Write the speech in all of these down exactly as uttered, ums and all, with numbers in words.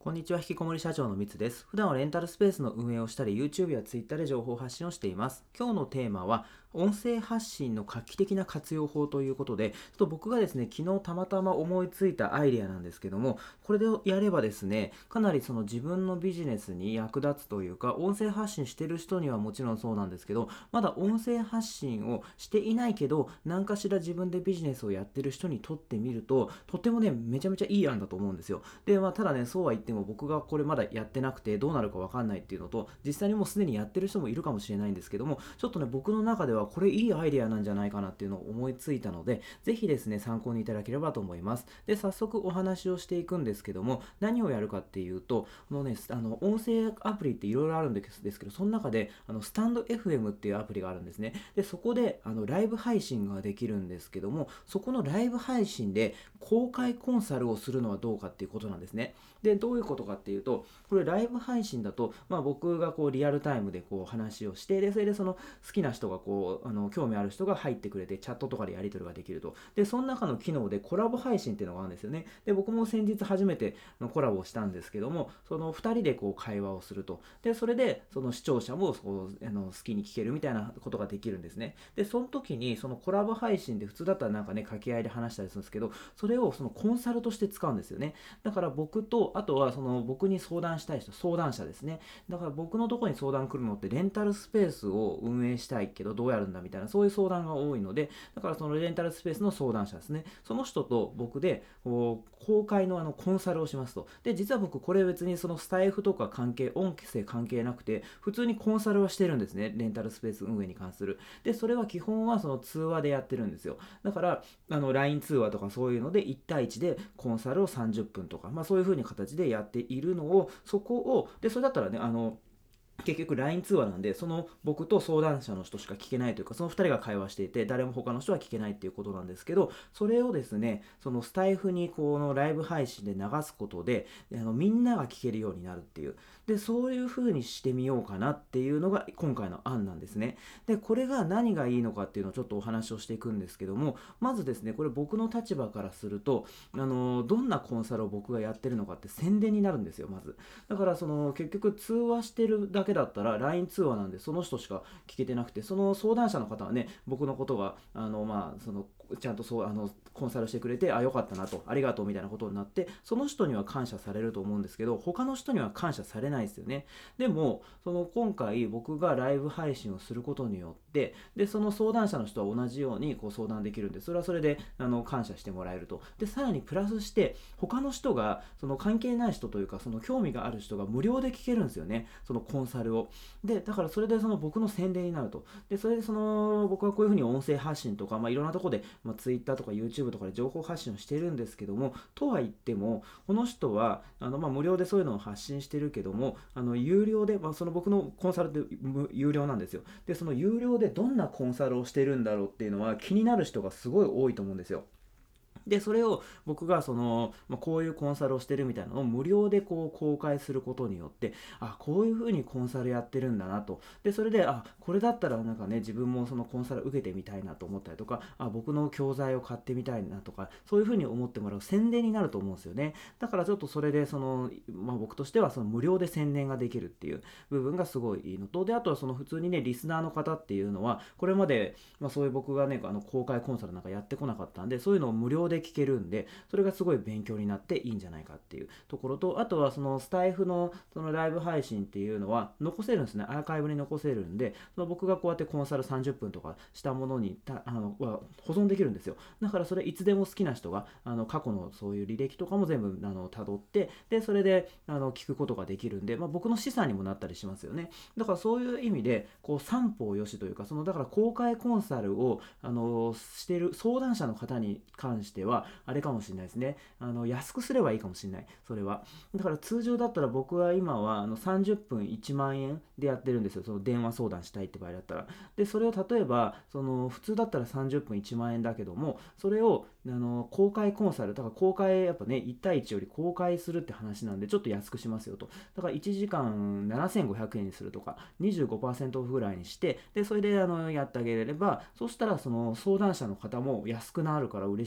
こんにちは、引きこもり社長のみつです。普段はレンタルスペースの運営をしたり、YouTube や Twitter で情報発信をしています。今日のテーマは、音声発信の画期的な活用法ということで、ちょっと僕がですね、昨日たまたま思いついたアイデアなんですけども、これでやればですね、かなりその自分のビジネスに役立つというか、音声発信してる人にはもちろんそうなんですけど、まだ音声発信をしていないけど、何かしら自分でビジネスをやってる人にとってみると、とてもね、めちゃめちゃいい案だと思うんですよ。で、まあ、ただね、そうは言っても僕がこれまだやってなくてどうなるかわかんないっていうのと、実際にもうすでにやってる人もいるかもしれないんですけども、ちょっとね、僕の中ではこれいいアイデアなんじゃないかなっていうのを思いついたので、ぜひですね、参考にいただければと思います。で、早速お話をしていくんですけども、何をやるかっていうと、このね、あの、音声アプリっていろいろあるんですけど、その中で、あの、スタンド エフエム っていうアプリがあるんですね。で、そこで、あの、ライブ配信ができるんですけども、そこのライブ配信で公開コンサルをするのはどうかっていうことなんですね。で、どういうことかっていうと、これライブ配信だと、まあ、僕がこうリアルタイムでこう話をして、で、それでその好きな人がこう、あの興味ある人が入ってくれて、チャットとかでやり取りができると。で、その中の機能でコラボ配信っていうのがあるんですよね。で、僕も先日初めてコラボをしたんですけども、そのふたりでこう会話をすると。で、それでその視聴者もこうあの好きに聞けるみたいなことができるんですね。で、その時にそのコラボ配信で普通だったらなんかね、掛け合いで話したりするんですけど、それをそのコンサルとして使うんですよね。だから僕と、あとはその僕に相談したい人、相談者ですね。だから僕のところに相談来るのってレンタルスペースを運営したいけどどうやるんだみたいな、そういう相談が多いので、だからそのレンタルスペースの相談者ですね。その人と僕でこう公開のあのコンサルをしますと。で、実は僕これ別にそのスタイフとか関係、音声関係なくて、普通にコンサルはしてるんですね。レンタルスペース運営に関する。で、それは基本はその通話でやってるんですよ。だから、あの ライン 通話とかそういうのでいち対いちでコンサルをさんじゅっぷんとか、まあそういう風に形でやっているのを、そこを、で、それだったらね、あの、結局 ライン 通話なんで、その僕と相談者の人しか聞けないというか、そのふたりが会話していて、誰も他の人は聞けないっていうことなんですけど、それをですね、そのスタイフにこのライブ配信で流すことで、あのみんなが聞けるようになるっていう。で、そういう風にしてみようかなっていうのが今回の案なんですね。で、これが何がいいのかっていうのをちょっとお話をしていくんですけども、まずですね、これ僕の立場からすると、あの、どんなコンサルを僕がやってるのかって宣伝になるんですよ、まず。だからその結局通話してるだけだったら ライン 通話なんでその人しか聞けてなくて、その相談者の方はね、僕のことがあのまあそのちゃんとそうあのコンサルしてくれて、あよかったなと、ありがとうみたいなことになって、その人には感謝されると思うんですけど、他の人には感謝されないですよね。でもその今回僕がライブ配信をすることによって、でその相談者の人は同じようにこう相談できるんで、それはそれであの感謝してもらえると。でさらにプラスして他の人が、その関係ない人というかその興味がある人が無料で聞けるんですよね、そのコンサルを。でだからそれでその僕の宣伝になると。でそれでその僕はこういうふうに音声発信とか、まあ、いろんなところで、まあ、Twitter とか YouTube とかで情報発信をしているんですけども、とは言ってもこの人はあの、まあ、無料でそういうのを発信してるけども、あの有料で、まあ、その僕のコンサルって有料なんですよ。でその有料でどんなコンサルをしてるんだろうっていうのは気になる人がすごい多いと思うんですよ。でそれを僕がその、まあ、こういうコンサルをしてるみたいなのを無料でこう公開することによって、あこういう風にコンサルやってるんだなと。でそれで、あこれだったらなんかね、自分もそのコンサル受けてみたいなと思ったりとか、あ僕の教材を買ってみたいなとか、そういう風に思ってもらう宣伝になると思うんですよね。だからちょっとそれでその、まあ、僕としてはその無料で宣伝ができるっていう部分がすごいいいのと、であとはその普通にね、リスナーの方っていうのはこれまで、まあ、そういう僕がねあの公開コンサルなんかやってこなかったんで、そういうのを無料で聞けるんで、それがすごい勉強になっていいんじゃないかっていうところと、あとはそのスタイフのそのライブ配信っていうのは残せるんですね。アーカイブに残せるんで、その僕がこうやってコンサルさんじゅっぷんとかしたものにたあのは保存できるんですよ。だからそれいつでも好きな人があの過去のそういう履歴とかも全部あの辿って、でそれであの聞くことができるんで、まあ、僕の資産にもなったりしますよね。だからそういう意味でこう三方よしというか、そのだから公開コンサルをあのしている相談者の方に関してはあれかもしれないですね。あの安くすればいいかもしれない、それは。だから通常だったら僕は今はあのさんじゅっぷんいちまんえんでやってるんですよ、その電話相談したいって場合だったら。でそれを例えばその普通だったらさんじゅっぷんいちまんえんだけども、それをあの公開コンサルだから公開やっぱねいち対いちより公開するって話なんで、ちょっと安くしますよと。だからいちじかんななせんごひゃくえんにするとか、にじゅうごパーセントオフぐらいにして、でそれであのやってあげれば、そしたらその相談者の方も安くなるから嬉しいですよね。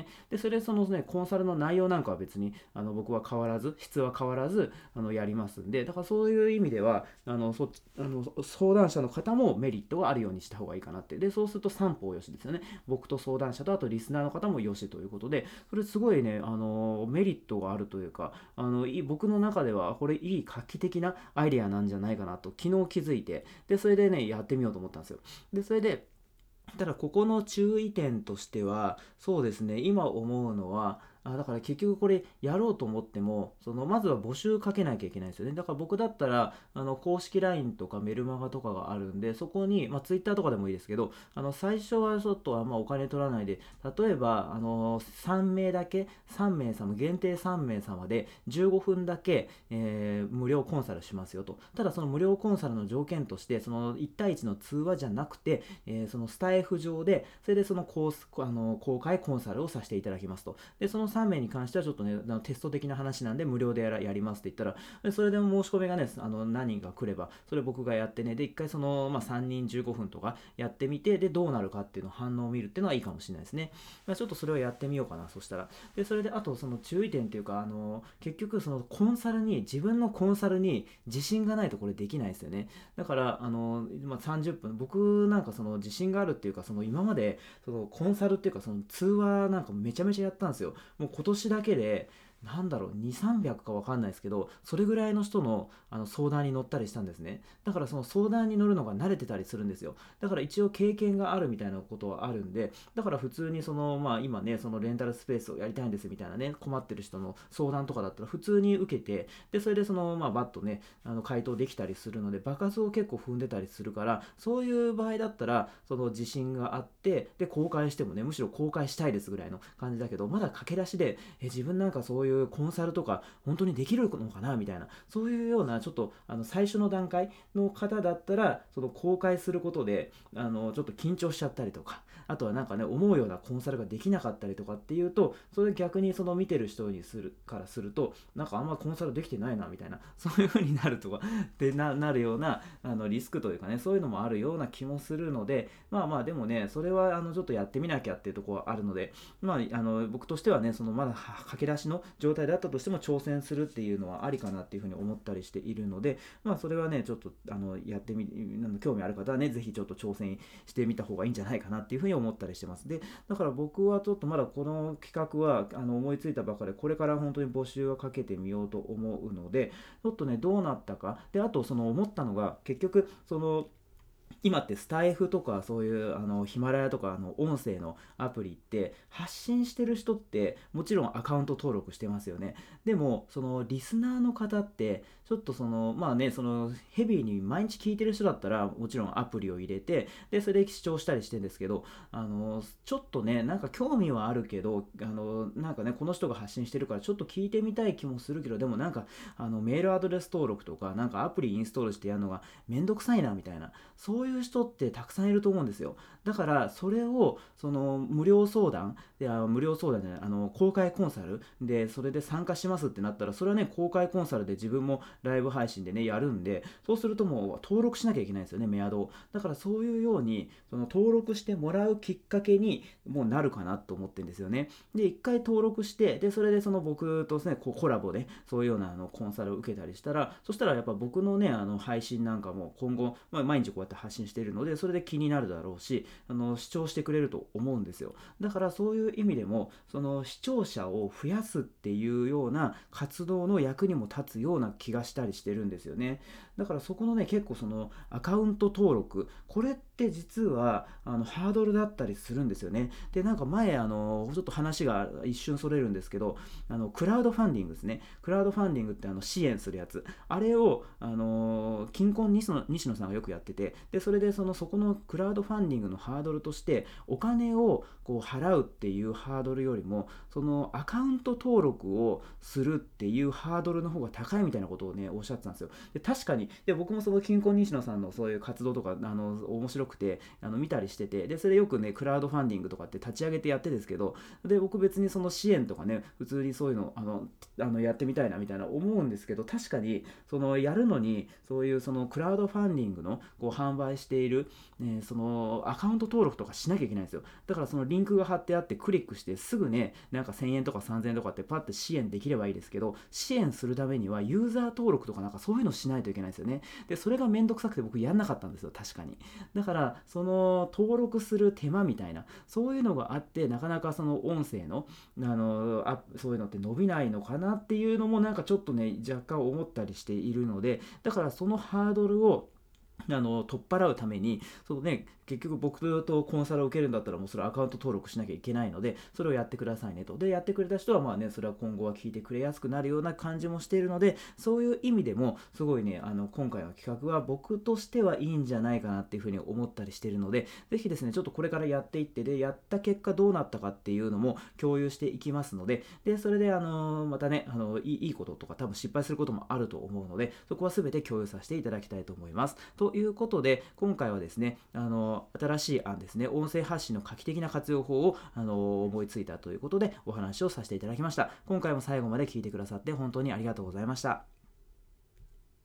ね。でそれでそのねコンサルの内容なんかは別にあの僕は変わらず質は変わらずあのやりますんで、だからそういう意味ではあのそあの相談者の方もメリットがあるようにした方がいいかなって。でそうすると三方よしですよね。僕と相談者とあとリスナーの方もよしということで、それすごいねあのメリットがあるというか、あのい僕の中ではこれいい画期的なアイデアなんじゃないかなと昨日気づいて、でそれでねやってみようと思ったんですよ。でそれでただここの注意点としてはそうですね、今思うのはあだから結局これやろうと思ってもそのまずは募集かけなきゃいけないですよね。だから僕だったらあの公式 ライン とかメルマガとかがあるんで、そこに、まあ、Twitter とかでもいいですけど、あの最初はちょっとあんまお金取らないで、例えばあのさん名だけさん名様限定さん名様でじゅうごふんだけ、えー無料コンサルしますよと。ただその無料コンサルの条件としてそのいち対いちの通話じゃなくて、えーそのスタイフ上でそれでその公あの公開コンサルをさせていただきますと。でそのさん名に関してはちょっとねあのテスト的な話なんで無料でやらやりますって言ったら、でそれでも申し込みがねあの何人か来ればそれ僕がやってね、で一回その、まあ、さんにんじゅうごふんとかやってみて、でどうなるかっていうのを反応を見るっていうのはいいかもしれないですね。まあ、ちょっとそれをやってみようかな。そしたらでそれであとその注意点っていうか、あの結局そのコンサルに自分のコンサルに自信がないとこれできないですよね。だからあの、まあ、さんじゅっぷん僕なんかその自信があるっていうか、その今までそのコンサルっていうかその通話なんかめちゃめちゃやったんですよ。もう今年だけでなんだろうにせんさんびゃくかわかんないですけど、それぐらいの人のあの相談に乗ったりしたんですね。だからその相談に乗るのが慣れてたりするんですよ。だから一応経験があるみたいなことはあるんで、だから普通にそのまあ今ねそのレンタルスペースをやりたいんですみたいなね困ってる人の相談とかだったら普通に受けて、でそれでそのまあバッとねあの回答できたりするので、場数を結構踏んでたりするから、そういう場合だったらその自信があって、で公開してもねむしろ公開したいですぐらいの感じだけど、まだ駆け出しでえ自分なんかそういうコンサルとか本当にできるのかなみたいな、そういうようなちょっとあの最初の段階の方だったらその公開することであのちょっと緊張しちゃったりとか、あとはなんかね思うようなコンサルができなかったりとかっていうと、それ逆にその見てる人にするからするとなんかあんまコンサルできてないなみたいな、そういう風になるとかで な, なるようなあのリスクというかね、そういうのもあるような気もするので、まあまあでもねそれはあのちょっとやってみなきゃっていうところはあるので、まああの僕としてはねそのまだ駆け出しの状態だったとしても挑戦するっていうのはありかなっていうふうに思ったりしているので、まあそれはねちょっとあのやってみ興味ある方はねぜひちょっと挑戦してみた方がいいんじゃないかなっていうふうに思ったりしてます。でだから僕はちょっとまだこの企画はあの思いついたばかりで、これから本当に募集をかけてみようと思うので、ちょっとねどうなったかで、あとその思ったのが結局その今ってスタイフとかそういうあのヒマラヤとかの音声のアプリって発信してる人ってもちろんアカウント登録してますよね。でもそのリスナーの方ってちょっとそのまあねそのヘビーに毎日聞いてる人だったらもちろんアプリを入れて、でそれで視聴したりしてるんですけど、あのちょっとねなんか興味はあるけど、あのなんかねこの人が発信してるからちょっと聞いてみたい気もするけど、でもなんかあのメールアドレス登録とかなんかアプリインストールしてやるのがめんどくさいなみたいな、そういう人ってたくさんいると思うんですよ。だからそれをその無料相談であ無料相談じゃないあの公開コンサルでそれで参加しますってなったら、それはね公開コンサルで自分もライブ配信でねやるんで、そうするともう登録しなきゃいけないんですよね、メアドを。だからそういうようにその登録してもらうきっかけにもうなるかなと思ってるんですよね。で一回登録して、でそれでその僕とですねこうコラボでそういうようなあのコンサルを受けたりしたら、そしたらやっぱ僕のねあの配信なんかも今後、まあ、毎日こうやって発信しているので、それで気になるだろうし、あの視聴してくれると思うんですよ。だからそういう意味でもその視聴者を増やすっていうような活動の役にも立つような気がしたりしてるんですよね。だからそこのね結構そのアカウント登録、これって実はあのハードルだったりするんですよね。でなんか前あのちょっと話が一瞬それるんですけど、あのクラウドファンディングですね。クラウドファンディングってあの支援するやつ、あれをあの金婚西野西野さんがよくやってて、でそれでそのそこのクラウドファンディングのハードルとしてお金をこう払うっていうハードルよりもそのアカウント登録をするっていうハードルの方が高いみたいなことをねおっしゃってたんですよ。で確かにで僕もその金婚西野さんのそういう活動とかあの面白くてあの見たりしてて、でそれよくねクラウドファンディングとかって立ち上げてやってですけど、で僕別にその支援とかね普通にそういうのあのあのやってみたいなみたいな思うんですけど、確かにそのやるのにそういうそのクラウドファンディングのこう販売している、ね、そのアカウント登録とかしなきゃいけないんですよ。だからそのリンクが貼ってあってクリックしてすぐね、なんかせんえんとかさんぜんえんとかってパッて支援できればいいですけど、支援するためにはユーザー登録とかなんかそういうのしないといけないんですよね。で、それがめんどくさくて僕やんなかったんですよ、確かに。だからその登録する手間みたいな、そういうのがあってなかなかその音声のあのあそういうのって伸びないのかなっていうのもなんかちょっとね若干思ったりしているので、だからそのハードルをあの取っ払うためにその、ね、結局僕とコンサルを受けるんだったらもうそれアカウント登録しなきゃいけないので、それをやってくださいねと。でやってくれた人はまあね、それは今後は聞いてくれやすくなるような感じもしているので、そういう意味でもすごいね、あの今回の企画は僕としてはいいんじゃないかなっていうふうに思ったりしているので、ぜひですねちょっとこれからやっていって、でやった結果どうなったかっていうのも共有していきますので、でそれであのまたねあのいいいいこととか多分失敗することもあると思うので、そこは全て共有させていただきたいと思います。ということで今回はですね、あの新しい案ですね、音声発信の画期的な活用法をあの思いついたということでお話をさせていただきました。今回も最後まで聞いてくださって本当にありがとうございました。